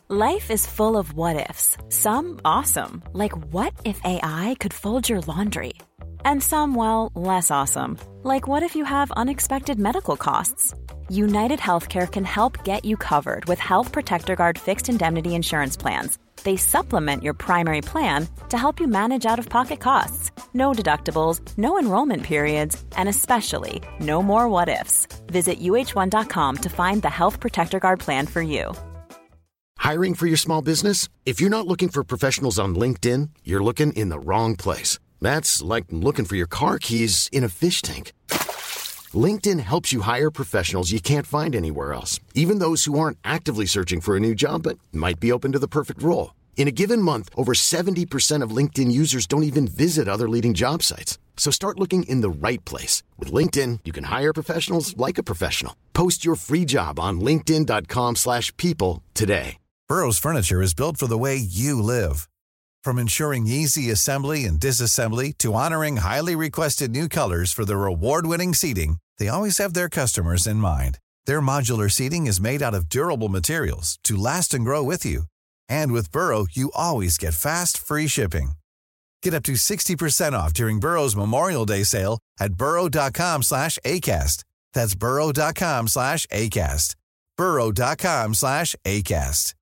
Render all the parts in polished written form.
Life is full of what-ifs. Some awesome, like what if AI could fold your laundry? And some, well, less awesome, like what if you have unexpected medical costs? United Healthcare can help get you covered with Health Protector Guard fixed indemnity insurance plans. They supplement your primary plan to help you manage out-of-pocket costs. No deductibles, no enrollment periods, and especially no more what-ifs. Visit uh1.com to find the Health Protector Guard plan for you. Hiring for your small business? If you're not looking for professionals on LinkedIn, you're looking in the wrong place. That's like looking for your car keys in a fish tank. LinkedIn helps you hire professionals you can't find anywhere else, even those who aren't actively searching for a new job but might be open to the perfect role. In a given month, over 70% of LinkedIn users don't even visit other leading job sites. So start looking in the right place. With LinkedIn, you can hire professionals like a professional. Post your free job on linkedin.com/people today. Burrow's furniture is built for the way you live. From ensuring easy assembly and disassembly to honoring highly requested new colors for their award-winning seating, they always have their customers in mind. Their modular seating is made out of durable materials to last and grow with you. And with Burrow, you always get fast, free shipping. Get up to 60% off during Burrow's Memorial Day sale at burrow.com/ACAST. That's burrow.com/ACAST. burrow.com/ACAST.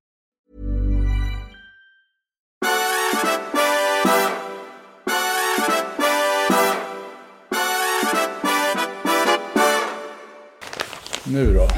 Nu då?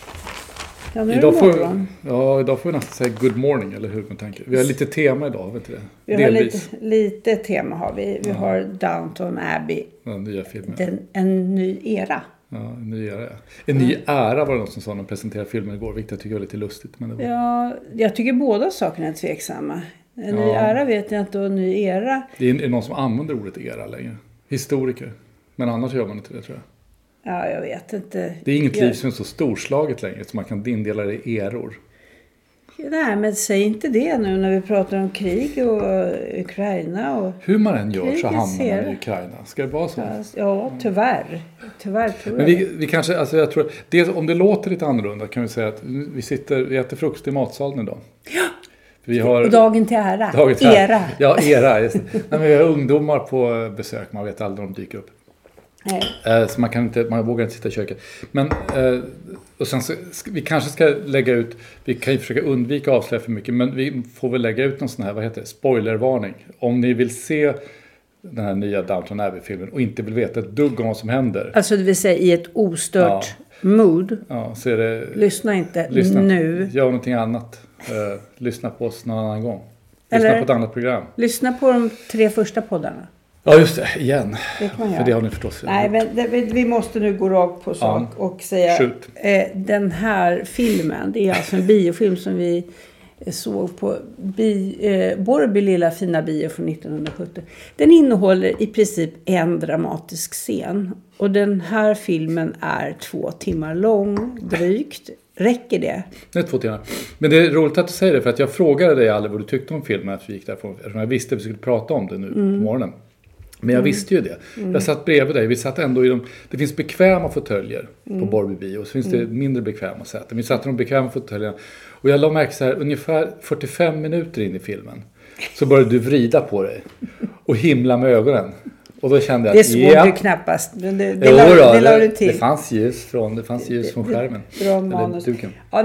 Ja, nu idag får vi nästan säga good morning, eller hur man tänker. Vi har lite tema idag, vet du det? Vi har lite tema har vi. Vi har Downton Abbey. Den nya filmen. En ny era. Ja, en ny era. En ny ära var det någon som sa när de presenterade filmen igår, vilket jag tycker var lite lustigt. Men det var... Ja, jag tycker båda sakerna är tveksamma. En ny era vet jag inte, och en ny era. Det är någon som använder ordet era längre. Historiker. Men annars gör man inte det, tror jag. Ja, jag vet inte. Det är inget liv som är så storslaget längre så man kan indela det i eror. Nej, men säg inte det nu när vi pratar om krig och Ukraina. Och hur man än gör så hamnar man i Ukraina. Ska det vara så? Ja, tyvärr. Tyvärr tror jag. Men vi kanske, alltså jag tror, om det låter lite annorlunda kan vi säga att vi äter frukost i matsalen idag. Ja. Vi har, och dagen till ära. Era. Ja, era. Just det. Nej, men vi har ungdomar på besök. Man vet aldrig om de dyker upp. Nej. Så man vågar inte sitta i köket. Men och sen så, vi kanske ska lägga ut, vi kan ju försöka undvika att avslöja för mycket, men vi får väl lägga ut någon sån här, spoilervarning. Om ni vill se den här nya Downton Abbey-filmen och inte vill veta ett dugg om vad som händer. Alltså det vill säga i ett ostört mood. Ja, så är det, lyssna inte nu. Gör någonting annat. Lyssna på oss någon annan gång. Lyssna på ett annat program. Lyssna på de 3 första poddarna. Ja, just det. Igen. Det kan man för det har ni förstås. Nej, men vi måste nu gå rakt på sak och säga den här filmen, det är alltså en biofilm som vi såg på Borrby lilla fina bio från 1970. Den innehåller i princip en dramatisk scen. Och den här filmen är 2 timmar lång, drygt. Räcker det? Det är 2 timmar. Men det är roligt att du säger det, för att jag frågade dig aldrig vad du tyckte om filmen att vi gick därifrån. Eftersom jag visste att vi skulle prata om det nu på morgonen. Men jag visste ju det. Jag satt bredvid dig. Vi satt ändå i det finns bekväma fåtöljer på Borrby bio. Och så finns det mindre bekväma säten. Vi satt i de bekväma fåtöljerna. Och jag la märke så här, ungefär 45 minuter in i filmen. Så började du vrida på dig. Och himla med ögonen. Och då kände jag att... Det såg du knappast. Men det la du till. Det fanns ljus från skärmen. Bra manus. Ja,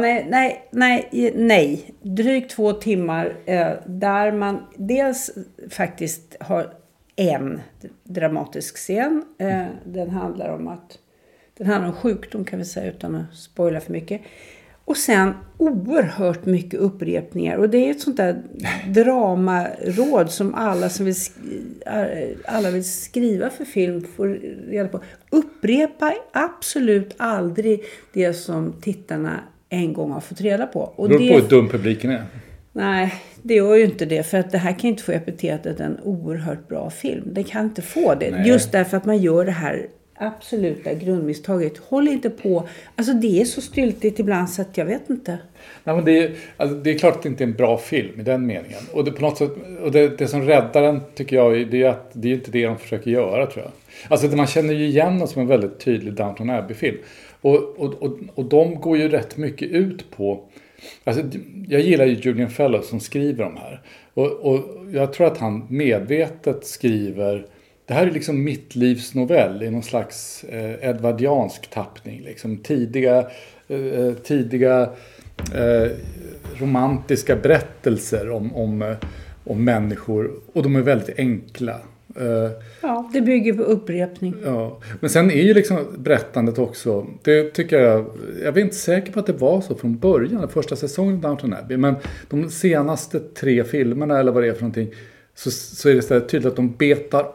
nej. Drygt 2 timmar där man dels faktiskt har en dramatisk scen. Den handlar om sjukdom, kan vi säga, utan att spoila för mycket. Och sen oerhört mycket upprepningar. Och det är ett sånt där dramaråd som alla vill skriva för film får reda på. Upprepa absolut aldrig det som tittarna en gång har fått reda på. Och det beror på hur dum publiken är. Nej, det gör ju inte det. För att det här kan inte få epitetet en oerhört bra film. Det kan inte få det. Nej. Just därför att man gör det här absoluta grundmisstaget. Håll inte på. Alltså det är så styltigt ibland så att jag vet inte. Nej, men det är klart att det inte är en bra film i den meningen. Och det på något sätt, och det som räddar den tycker jag, det är att det är inte det de försöker göra, tror jag. Alltså man känner ju igen den som en väldigt tydlig Downton Abbey-film. Och de går ju rätt mycket ut på Alltså, jag gillar ju Julian Fellows som skriver de här. Och jag tror att han medvetet skriver... Det här är liksom mittlivsnovell i någon slags edvardiansk tappning. Liksom tidiga romantiska berättelser om människor. Och de är väldigt enkla. Ja, det bygger på upprepning. Ja. Men sen är ju liksom berättandet också, det tycker jag är inte säker på att det var så från början, första säsongen av Downton Abbey, men de senaste 3 filmerna eller vad det är för någonting, så är det så tydligt att de betar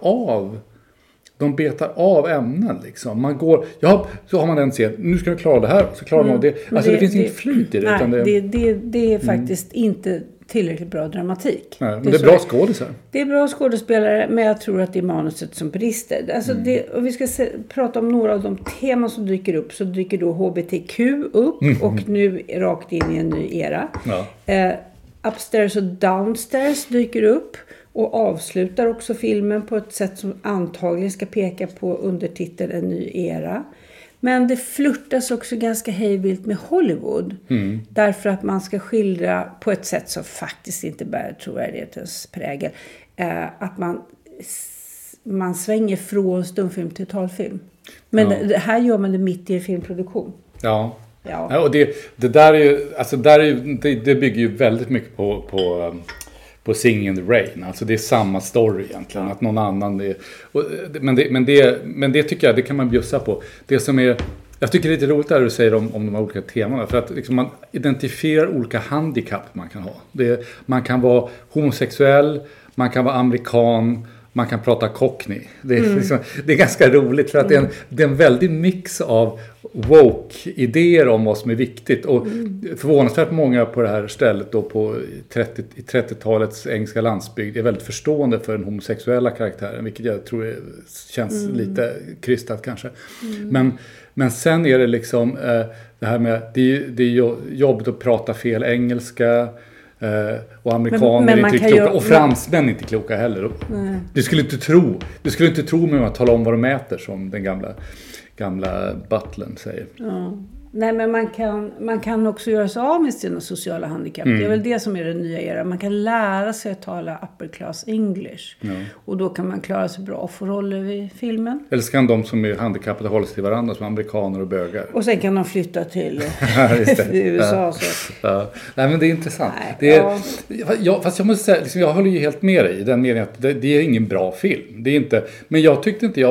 av ämnen liksom. Man går, så har man en scen, nu ska vi klara det här, så klarar man det. Alltså det finns inte flyt i det. Nej, utan det är faktiskt inte tillräckligt bra dramatik. Nej, men det är bra skådespelare. Det är bra skådespelare, men jag tror att det är manuset som brister. Alltså och vi ska prata om några av de teman som dyker upp. Så dyker då HBTQ upp och nu rakt in i en ny era. Ja. Upstairs och downstairs dyker upp och avslutar också filmen på ett sätt som antagligen ska peka på undertiteln en ny era. Men det flirtas också ganska hejvilt med Hollywood. Därför att man ska skildra på ett sätt som faktiskt inte bär trovärdighetens prägel. Att man svänger från stumfilm till talfilm. Men här gör man det mitt i en filmproduktion. Ja. Och det där är ju, alltså det bygger ju väldigt mycket på Singing in the Rain. Alltså det är samma story egentligen. Att någon annan är... Men det tycker jag, det kan man bjussa på. Det som är... Jag tycker det är lite roligt där du säger om de här olika temana. För att liksom man identifierar olika handikapp man kan ha. Man kan vara homosexuell, man kan vara amerikan, man kan prata cockney. Det är ganska roligt för att det är en väldig mix av woke-idéer om vad som är viktigt. Och förvånansvärt många på det här stället då på 30-talets engelska landsbygd är väldigt förstående för den homosexuella karaktären. Vilket jag tror känns lite krystat kanske. Men sen är det liksom det här med, det är jobbigt att prata fel engelska. Och amerikaner är inte kloka. Och fransmän är inte kloka heller. Du skulle inte tro med att tala om vad de äter, som den gamla butlern säger. Ja. Nej, men man kan också göra sig av med sina sociala handikapp. Det är väl det som är den nya era. Man kan lära sig att tala upper class English. Ja. Och då kan man klara sig bra och få roller i filmen. Eller så kan de som är handikappade hålla sig till varandra, som amerikaner och bögar. Och sen kan de flytta till USA. Ja. Nej, men det är intressant. Fast jag måste säga, liksom, jag håller ju helt med dig i den meningen att det är ingen bra film. Det är inte, men jag tyckte inte,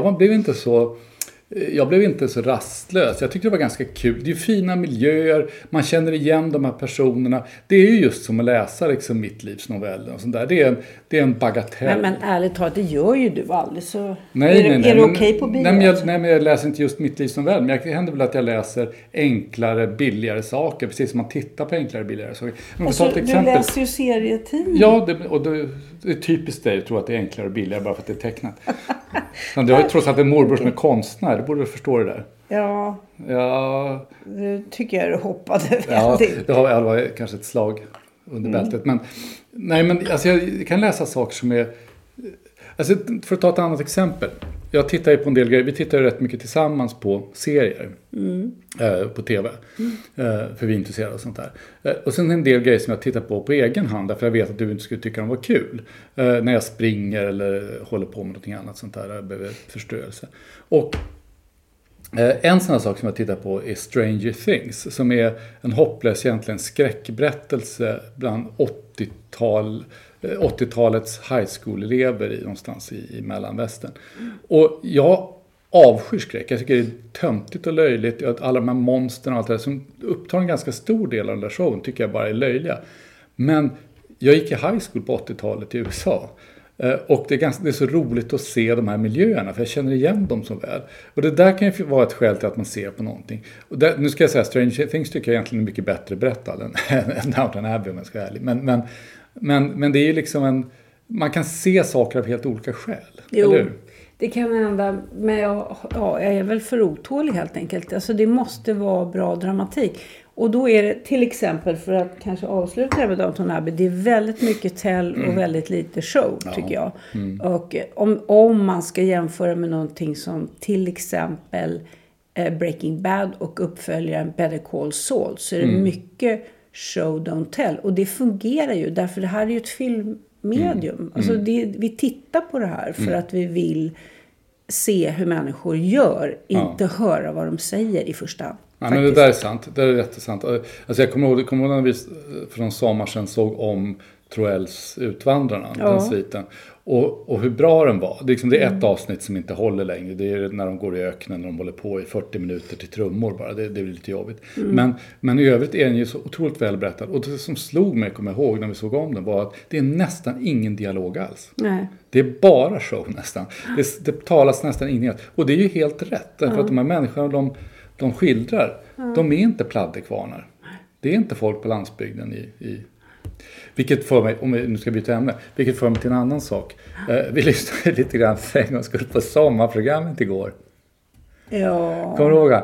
jag blev inte så rastlös. Jag tyckte det var ganska kul. Det är ju fina miljöer. Man känner igen de här personerna. Det är ju just som att läsa liksom mittlivsnovellen och sånt där. Det är en bagatell. Men ärligt talat, det gör ju du aldrig. Så nej, är det okej på bio? Nej, men jag läser inte just mittlivsnovell. Men det händer väl att jag läser enklare, billigare saker. Precis som man tittar på enklare, billigare saker. Alltså, du läser ju serietidning. Ja, det är typiskt dig. Jag tror att det är enklare och billigare bara för att det är tecknat. Men du har ju trots allt en morbror som är konstnär. Du borde förstå det där. Ja. Det tycker jag du hoppade väldigt. Ja, det var kanske ett slag under bältet. Men alltså jag kan läsa saker som är... Alltså, för att ta ett annat exempel. Jag tittar ju på en del grejer. Vi tittar ju rätt mycket tillsammans på serier. På tv. För vi är intresserade och sånt där. Och sen en del grejer som jag tittar på egen hand. Därför jag vet att du inte skulle tycka de var kul. När jag springer eller håller på med någonting annat sånt där. Jag behöver förstörelse. Och en sån här sak som jag tittar på är Stranger Things. Som är en hopplös egentligen skräckberättelse bland 80-talets high school-elever någonstans i mellanvästern. Och jag avskyr skräck. Jag tycker det är töntigt och löjligt. Alla de här monstren och allt det där som upptar en ganska stor del av den där showen tycker jag bara är löjliga. Men jag gick i high school på 80-talet i USA. Och det är så roligt att se de här miljöerna. För jag känner igen dem så väl. Och det där kan ju vara ett skäl till att man ser på någonting. Och nu ska jag säga, Stranger Things tycker jag egentligen är mycket bättre berättad än Downton Abbey om jag ska vara ärlig. Men det är ju liksom man kan se saker av helt olika skäl. Jo, eller hur? Det kan hända. Men jag är väl för otålig helt enkelt. Alltså det måste vara bra dramatik. Och då är det till exempel, för att kanske avsluta med Downton Abbey, det är väldigt mycket tell och väldigt lite show tycker jag. Och om man ska jämföra med någonting som till exempel Breaking Bad och uppföljaren Better Call Saul, så är det mycket show don't tell. Och det fungerar ju därför det här är ju ett filmmedium. Alltså vi tittar på det här för att vi vill se hur människor gör, inte höra vad de säger i första hand. Ja, men det där är sant. Det är jättesant. Alltså jag kommer ihåg när vi för någon sommar sedan såg om Troells Utvandrarna, den sviten. Och hur bra den var. Det är ett avsnitt som inte håller längre. Det är när de går i öknen och de håller på i 40 minuter till trummor bara. Det blir lite jobbigt. Men i övrigt är den ju så otroligt välberättad. Och det som slog mig, kommer jag ihåg när vi såg om den, var att det är nästan ingen dialog alls. Nej. Det är bara show nästan. Det talas nästan inget. Och det är ju helt rätt. Därför att de här människorna de skildrar, de är inte pladdekvarnar. Det är inte folk på landsbygden i vilket för mig, om vi nu ska byta ämne, vilket för mig till en annan sak. Vi lyssnade lite grann för en gång skulle på sommarprogrammet igår. Ja. Kommer du ihåg?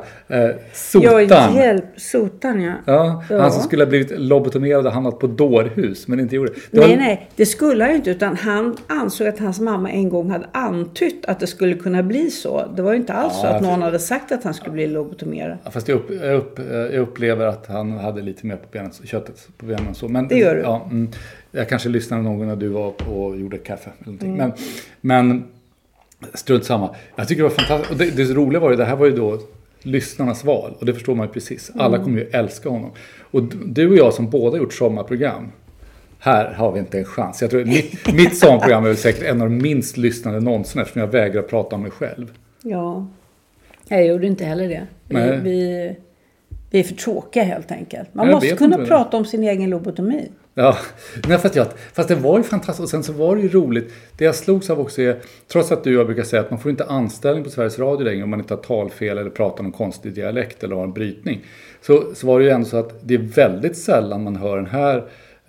Sotan. Sotan, ja. Han som skulle ha blivit lobotomerad och hamnat på dårhus, men inte gjorde det. Nej, det skulle han ju inte, utan han ansåg att hans mamma en gång hade antytt att det skulle kunna bli så. Det var ju inte alls så att någon hade sagt att han skulle bli lobotomerad. Ja, fast jag upplever att han hade lite mer på köttet på benen så. Men, det gör du. Ja, jag kanske lyssnade någon gång när du var och gjorde kaffe eller någonting. Men strunt samma. Jag tycker det var fantastiskt. Och det roliga var ju, det här var ju då lyssnarnas val. Och det förstår man ju precis. Alla kommer ju älska honom. Och du och jag som båda gjort sommarprogram. Här har vi inte en chans. Jag tror mitt sommarprogram är väl säkert en av de minst lyssnade någonsin. Eftersom jag vägrar prata om mig själv. Ja. Jag gjorde inte heller det. Vi är för tråkiga helt enkelt. Man måste kunna prata om sin egen lobotomi. Ja, fast det var ju fantastiskt. Och sen så var det ju roligt. Det jag slogs av också är, trots att du och jag brukar säga att man får inte anställning på Sveriges Radio längre om man inte har talfel eller pratar någon konstig dialekt eller har en brytning. Så var det ju ändå så att det är väldigt sällan man hör den här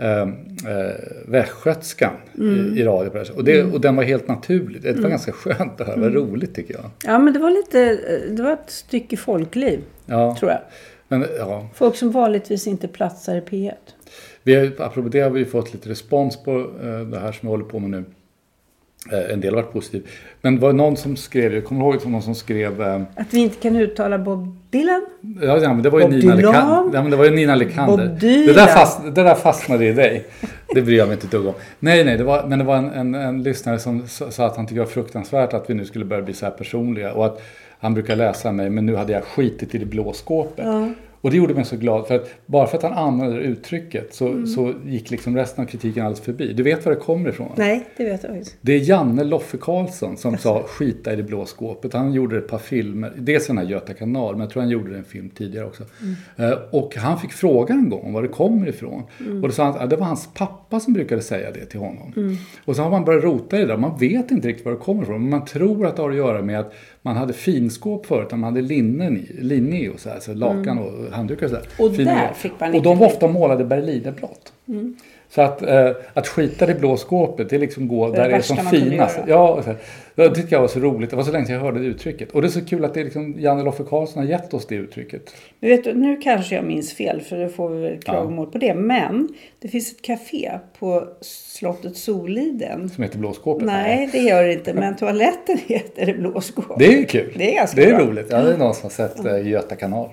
västgötskan i radio på det här. Och den var helt naturlig. Det var ganska skönt att höra. Det var roligt tycker jag. Ja, men det var ett stycke folkliv, tror jag. Men, folk som vanligtvis inte platsar i P1. Apropå det har vi fått lite respons på det här som vi håller på med nu. En del har varit positiv. Men var det någon som skrev, jag kommer ihåg någon som skrev... att vi inte kan uttala Bob Dylan? Ja, men det var ju Nina Lekander. Det där fastnade i dig. Det bryr jag mig inte ett dugg om. Nej, det var en lyssnare som sa att han tycker det var fruktansvärt att vi nu skulle börja bli så här personliga. Och att han brukar läsa mig, men nu hade jag skitit i det blå skåpet. Ja. Och det gjorde mig så glad, för att bara för att han använde uttrycket så gick liksom resten av kritiken alldeles förbi. Du vet var det kommer ifrån? Nej, det vet jag inte. Det är Janne Loffe Karlsson som sa skita i det blå skåpet. Han gjorde ett par filmer, dels den här Göta kanal, men jag tror han gjorde en film tidigare också. Och han fick fråga en gång var det kommer ifrån. Och då sa han att det var hans pappa som brukade säga det till honom. Och så har man börjat rota i det där. Man vet inte riktigt var det kommer ifrån, men man tror att det har att göra med att man hade finskåp förut, man hade linne och så här, så lakan och handdukar och så där. Och där fick man inte. Och de var ofta målade berlinerblått. Så att skita det blå skåpet, det liksom gå där det är som finast. Ja, det tycker jag var så roligt. Det var så länge sedan jag hörde det uttrycket. Och det är så kul att det är liksom Janne Loffe Karlsson har gett oss det uttrycket. Men vet du, nu kanske jag minns fel, för då får vi väl klagomål på det. Men det finns ett café på slottet Soliden. Som heter Blåskåpet? Nej, det gör det inte. Men toaletten heter det Blåskåpet. Det är kul. Det är ganska bra. Roligt. Ja, det är någon som har sett Göta kanal.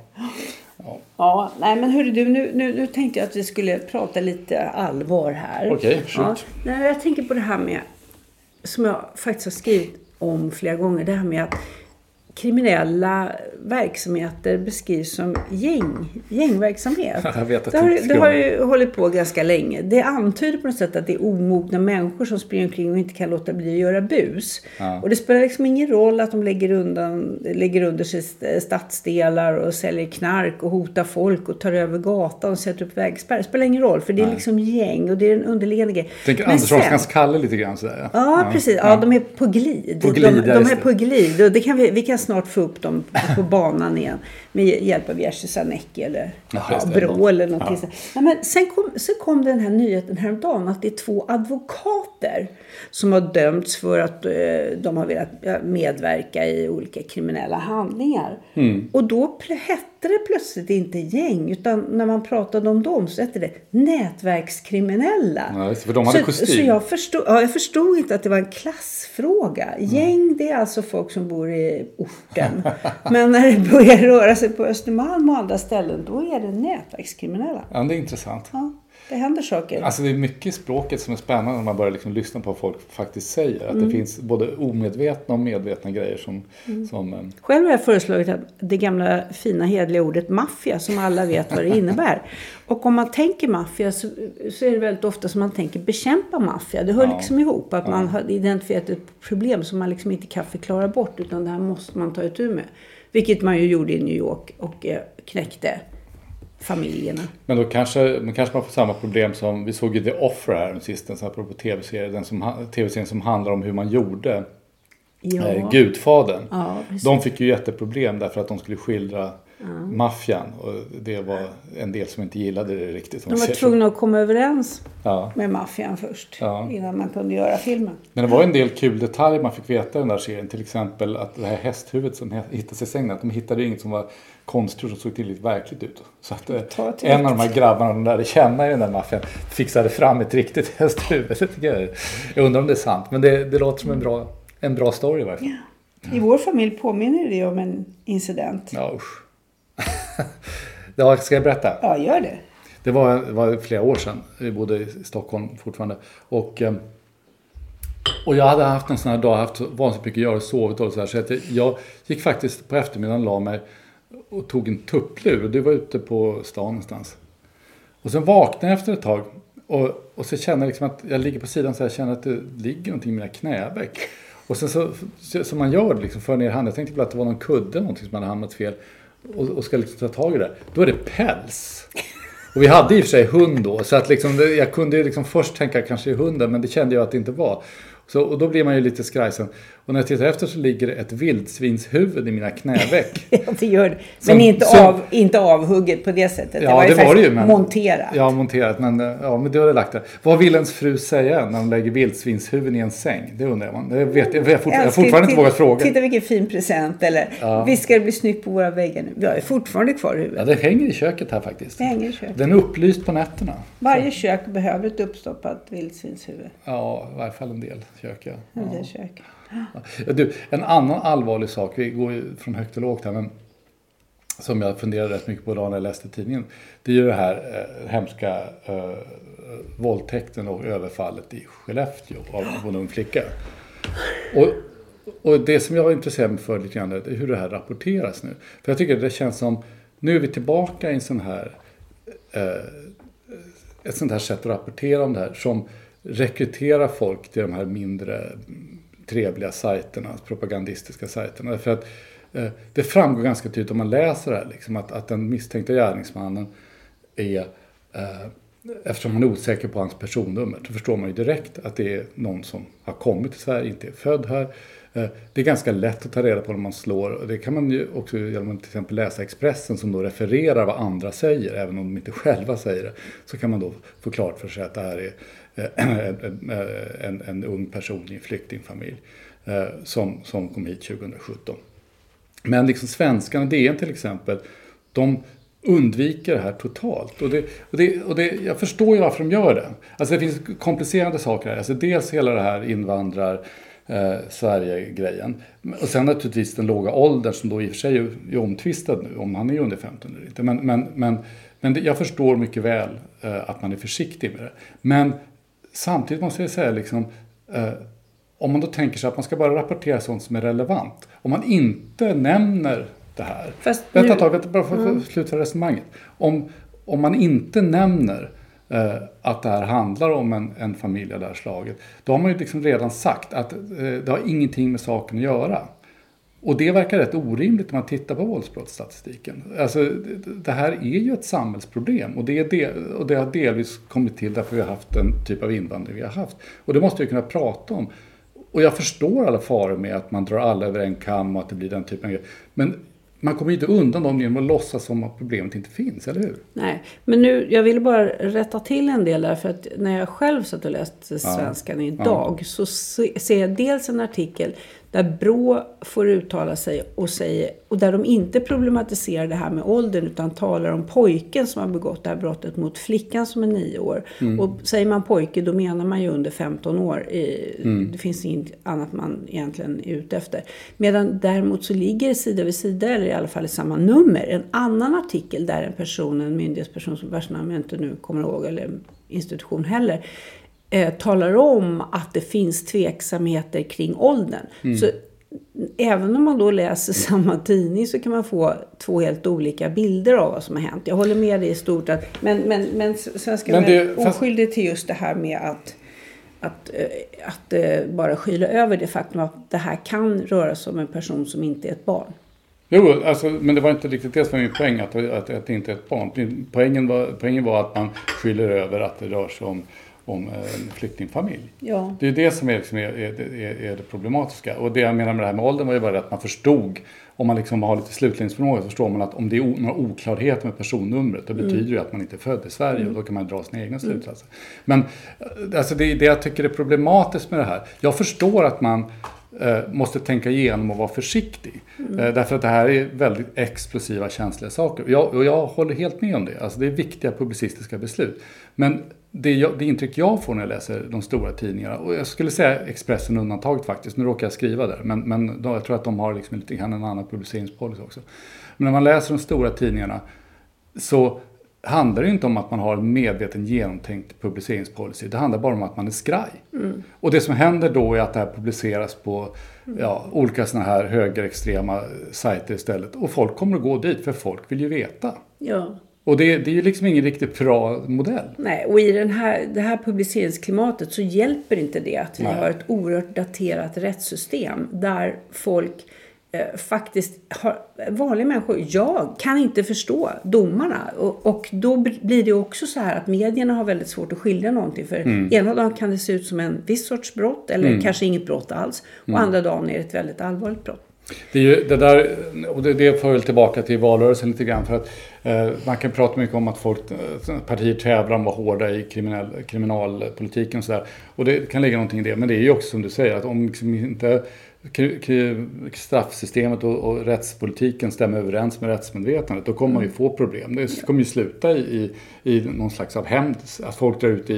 Ja, nej men hörru du, nu tänkte jag att vi skulle prata lite allvar här. Okej, shoot. Ja, jag tänker på det här med, som jag faktiskt har skrivit om flera gånger, det här med att kriminella verksamheter beskrivs som gängverksamhet. Jag vet att det har ju hållit på ganska länge. Det antyder på något sätt att det är omogna människor som springer omkring och inte kan låta bli att göra bus. Ja. Och det spelar liksom ingen roll att de lägger under sig stadsdelar och säljer knark och hotar folk och tar över gatan och sätter upp vägspärr. Det spelar ingen roll, för det är liksom gäng och det är en underliggande grej. Tänker Anderssons Kalle lite grann sådär. Ja, precis. Ja, de är på glid. De är på glid och det kan vi kan snart få upp dem på banan igen med hjälp av Jerzy Sarnecki eller Brå eller någonting. Nej, men sen kom den här nyheten häromdagen att det är 2 advokater som har dömts för att de har velat medverka i olika kriminella handlingar. Och då hette hette det plötsligt inte gäng, utan när man pratade om dem så hette det nätverkskriminella. Ja, för de hade kostym. Så jag förstod inte att det var en klassfråga. Gäng, det är alltså folk som bor i orten. Men när det börjar röra sig på Östermalm och andra ställen, då är det nätverkskriminella. Ja, det är intressant. Ja, det händer saker. Alltså det är mycket i språket som är spännande när man börjar liksom lyssna på vad folk faktiskt säger. Att det finns både omedvetna och medvetna grejer som Själv har jag föreslagit att det gamla fina hedliga ordet maffia, som alla vet vad det innebär. Och om man tänker maffia så är det väldigt ofta som man tänker bekämpa maffia. Det hör liksom ihop att man har identifierat ett problem som man liksom inte kan förklara bort, utan det här måste man ta itu med. Vilket man ju gjorde i New York och knäckte familjerna. Men då kanske man får samma problem som vi såg i The Offer här sistens, apropå tv-serien som handlar om hur man gjorde Gudfadern. Ja, de fick ju jätteproblem därför att de skulle skildra maffian, och det var en del som inte gillade det riktigt. De var tvungna att komma överens med maffian först innan man kunde göra filmen. Men det var en del kul detaljer man fick veta i den där serien, till exempel att det här hästhuvudet som hittades i sängen, att de hittade inget som var konstgjort som såg tillräckligt verkligt ut. Så att en av de här grabbarna, de där känna i den där maffian, fixade fram ett riktigt hästhuvud. Jag undrar om det är sant, men det låter som en bra story i varje fall. Ja. I vår familj påminner det om en incident. Ja, usch. Ja, ska jag berätta? Ja, gör det. Det var flera år sedan. Vi bodde i Stockholm fortfarande. Och jag hade haft en sån här dag, haft vansinnigt mycket att göra och sovit och så här. Så att jag gick faktiskt på eftermiddagen, la mig och tog en tupplur. Och det var ute på stan någonstans. Och sen vaknade jag efter ett tag. Och så känner jag liksom att jag ligger på sidan, så jag känner att det ligger någonting i mina knäveck. Och sen så man gör det liksom, för ner handen. Jag tänkte bara att det var någon kudde, någonting som hade hamnat fel. Och ska liksom ta tag i det. Då är det päls. Och vi hade i och för sig hund då. Så att liksom, jag kunde liksom först tänka kanske i hunden. Men det kände jag att det inte var. Och då blir man ju lite skrajsen. Och när jag tittar efter så ligger det ett vildsvinshuvud i mina knäveck. Ja, det gör det. Men inte avhugget på det sättet. Ja, det var det ju. Men, monterat. Ja, monterat. Men det har det lagt där. Vad vill ens fru säga när de lägger vildsvinshuvud i en säng? Det undrar man. Jag har fortfarande inte vågat fråga. Titta vilken fin present. Eller visst ska det bli snyggt på våra väggar nu. Vi har fortfarande kvar huvudet. Ja, det hänger i köket här faktiskt. Det hänger i köket. Den är upplyst på nätterna. Varje kök behöver ett uppstoppat vildsvinshuvud. Ja, i varje fall en del kök. En del kök. Ja, du, en annan allvarlig sak, vi går ju från högt och lågt här, men som jag funderade rätt mycket på när jag läste tidningen, det är ju det här hemska våldtäkten och överfallet i Skellefteå av en ung flicka. Och det som jag är intresserad mig för lite grann är hur det här rapporteras nu. För jag tycker det känns som, nu är vi tillbaka i en sån här ett sånt här sätt att rapportera om det här som rekryterar folk till de här mindre trevliga sajterna, propagandistiska sajterna. För att det framgår ganska tydligt om man läser det här, liksom, att den misstänkta gärningsmannen är, eftersom man är osäker på hans personnummer, så förstår man ju direkt att det är någon som har kommit till Sverige, inte är född här. Det är ganska lätt att ta reda på när man slår, och det kan man ju också genom att till exempel läsa Expressen som då refererar vad andra säger, även om de inte själva säger det, så kan man då få klart för sig att det här är en ung person i en flyktingfamilj som kom hit 2017. Men liksom svenskarna, DN till exempel, de undviker det här totalt. Och jag förstår ju varför de gör det. Alltså det finns komplicerade saker här. Alltså dels hela det här Sverige-grejen. Och sen naturligtvis den låga åldern som då i och för sig är omtvistad nu, om han är under 15 eller inte. Men jag förstår mycket väl att man är försiktig med det. Men samtidigt måste jag säga liksom, om man då tänker sig att man ska bara rapportera sånt som är relevant. Om man inte nämner det här. Vänta bara för att sluta resonemanget. Om man inte nämner att det här handlar om en familj av det här slaget, då har man ju liksom redan sagt att det har ingenting med saken att göra. Och det verkar rätt orimligt om man tittar på våldsbrottsstatistiken. Alltså, det här är ju ett samhällsproblem. Och det har delvis kommit till därför vi har haft den typ av invandring vi har haft. Och det måste vi kunna prata om. Och jag förstår alla faror med att man drar alla över en kam och att det blir den typen av grejer. Men man kommer ju inte undan dem genom att låtsas som att problemet inte finns, eller hur? Nej, men nu, jag vill bara rätta till en del där. För att när jag själv satt och läste Svenskan idag så ser jag dels en artikel där Brå får uttala sig och där de inte problematiserar det här med åldern utan talar om pojken som har begått det här brottet mot flickan som är 9 år. Och säger man pojke, då menar man ju under 15 år. Det finns inget annat man egentligen är ute efter. Medan däremot så ligger sida vid sida, eller i alla fall i samma nummer, en annan artikel där en myndighetsperson som vars namn jag inte nu kommer ihåg, eller institution heller, talar om att det finns tveksamheter kring åldern. Så även om man då läser samma tidning så kan man få 2 helt olika bilder av vad som har hänt. Jag håller med dig i stort att men svenska är oskyldig till just det här med att bara skyla över det faktum att det här kan röra sig om en person som inte är ett barn. Jo, alltså, men det var inte riktigt det som var min poäng, att det inte är ett barn. Poängen var att man skyller över att det rör sig om en flyktingfamilj. Ja. Det är det som är det problematiska. Och det jag menar med det här med åldern var ju bara att man förstod, om man liksom har lite slutledningsförmåga, så förstår man att om det är några oklarheter med personnumret, då betyder det att man inte är född i Sverige och då kan man dra sina egna slutsatser. Men alltså det jag tycker är problematiskt med det här, jag förstår att man måste tänka igenom och vara försiktig. Därför att det här är väldigt explosiva, känsliga saker. Jag håller helt med om det. Alltså det är viktiga publicistiska beslut. Men det intryck jag får när jag läser de stora tidningarna, och jag skulle säga Expressen undantaget faktiskt, nu råkar jag skriva där, men jag tror att de har liksom lite grann en annan publiceringspolicy också. Men när man läser de stora tidningarna så handlar det inte om att man har en medveten genomtänkt publiceringspolicy. Det handlar bara om att man är skraj. Och det som händer då är att det här publiceras på olika såna här högerextrema sajter istället. Och folk kommer att gå dit för folk vill ju veta. Ja. Och det är ju liksom ingen riktigt bra modell. Nej, och i det här publiceringsklimatet så hjälper inte det att vi har ett oerhört daterat rättssystem där folk faktiskt har, vanliga människor, jag kan inte förstå domarna och då blir det också så här att medierna har väldigt svårt att skilja någonting, för ena dagen kan det se ut som en viss sorts brott eller kanske inget brott alls och andra dagen är det ett väldigt allvarligt brott. Det är ju det där, och det för väl tillbaka till valrörelsen lite grann, för att man kan prata mycket om att partier tävlar om att vara hårda i kriminalpolitiken och sådär, och det kan ligga någonting i det, men det är ju också som du säger att om liksom inte straffsystemet och rättspolitiken stämmer överens med rättsmedvetandet, då kommer man ju få problem. Det kommer ju sluta i någon slags av hämnd, att folk drar ut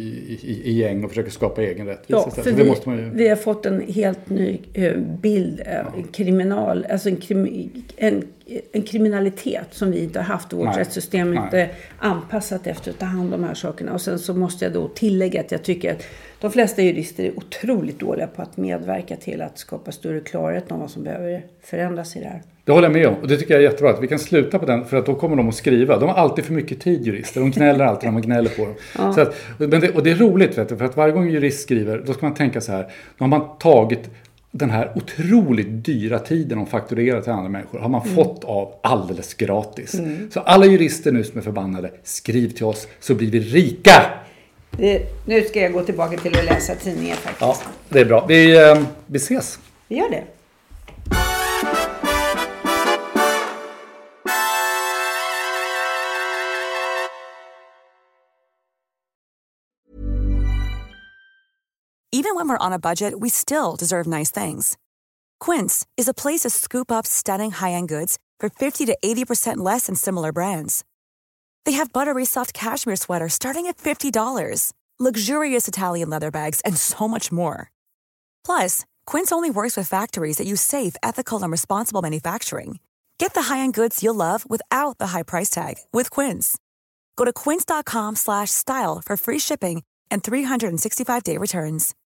i gäng och försöker skapa egen rättvisa. Ja, för vi har fått en helt ny bild, en kriminalitet som vi inte har haft i vårt rättssystem, inte anpassat efter att ta hand om de här sakerna. Och sen så måste jag då tillägga att jag tycker att de flesta jurister är otroligt dåliga på att medverka till att skapa större klarhet om vad som behöver förändras i det här. Det håller jag med om, och det tycker jag är jättebra att vi kan sluta på den, för att då kommer de att skriva. De har alltid för mycket tid, jurister. De gnäller alltid när man gnäller på dem. Ja. Så att, och det är roligt, vet du, för att varje gång en jurist skriver, då ska man tänka så här, då har man tagit den här otroligt dyra tiden de fakturerar till andra människor har man fått av alldeles gratis. Så alla jurister nu som är förbannade, skriv till oss så blir vi rika! Nu ska jag gå tillbaka till att läsa tidningen faktiskt. Ja, det är bra. Vi ses. Vi gör det. Even when we're on a budget, we still deserve nice things. Quince is a place to scoop up stunning high-end goods for 50 to 80% less than similar brands. They have buttery soft cashmere sweaters starting at $50, luxurious Italian leather bags, and so much more. Plus, Quince only works with factories that use safe, ethical, and responsible manufacturing. Get the high-end goods you'll love without the high price tag with Quince. Go to quince.com/style for free shipping and 365-day returns.